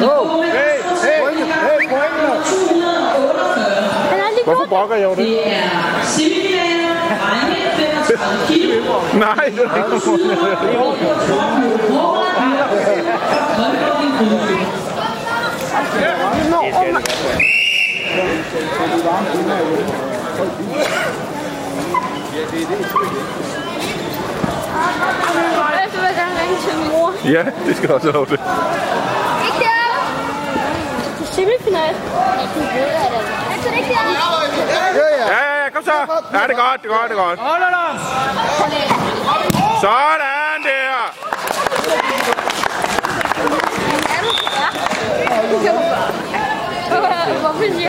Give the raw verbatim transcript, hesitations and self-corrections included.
Oh, hey, hey, hey, pointene. Hvorfor brokker jeg over det? Det er semifinalen. Drenge femogtredive kilo. Nej, det er ikke Jeg vil gerne ringe til min mor. Ja, det skal også have det. Ikke der! Det er semifinal. Altså, det ikke der? Ja, ja, ja, kom så. Ja, det er godt, det er godt, det er godt. Hold da! Sådan der. Hvorfor siger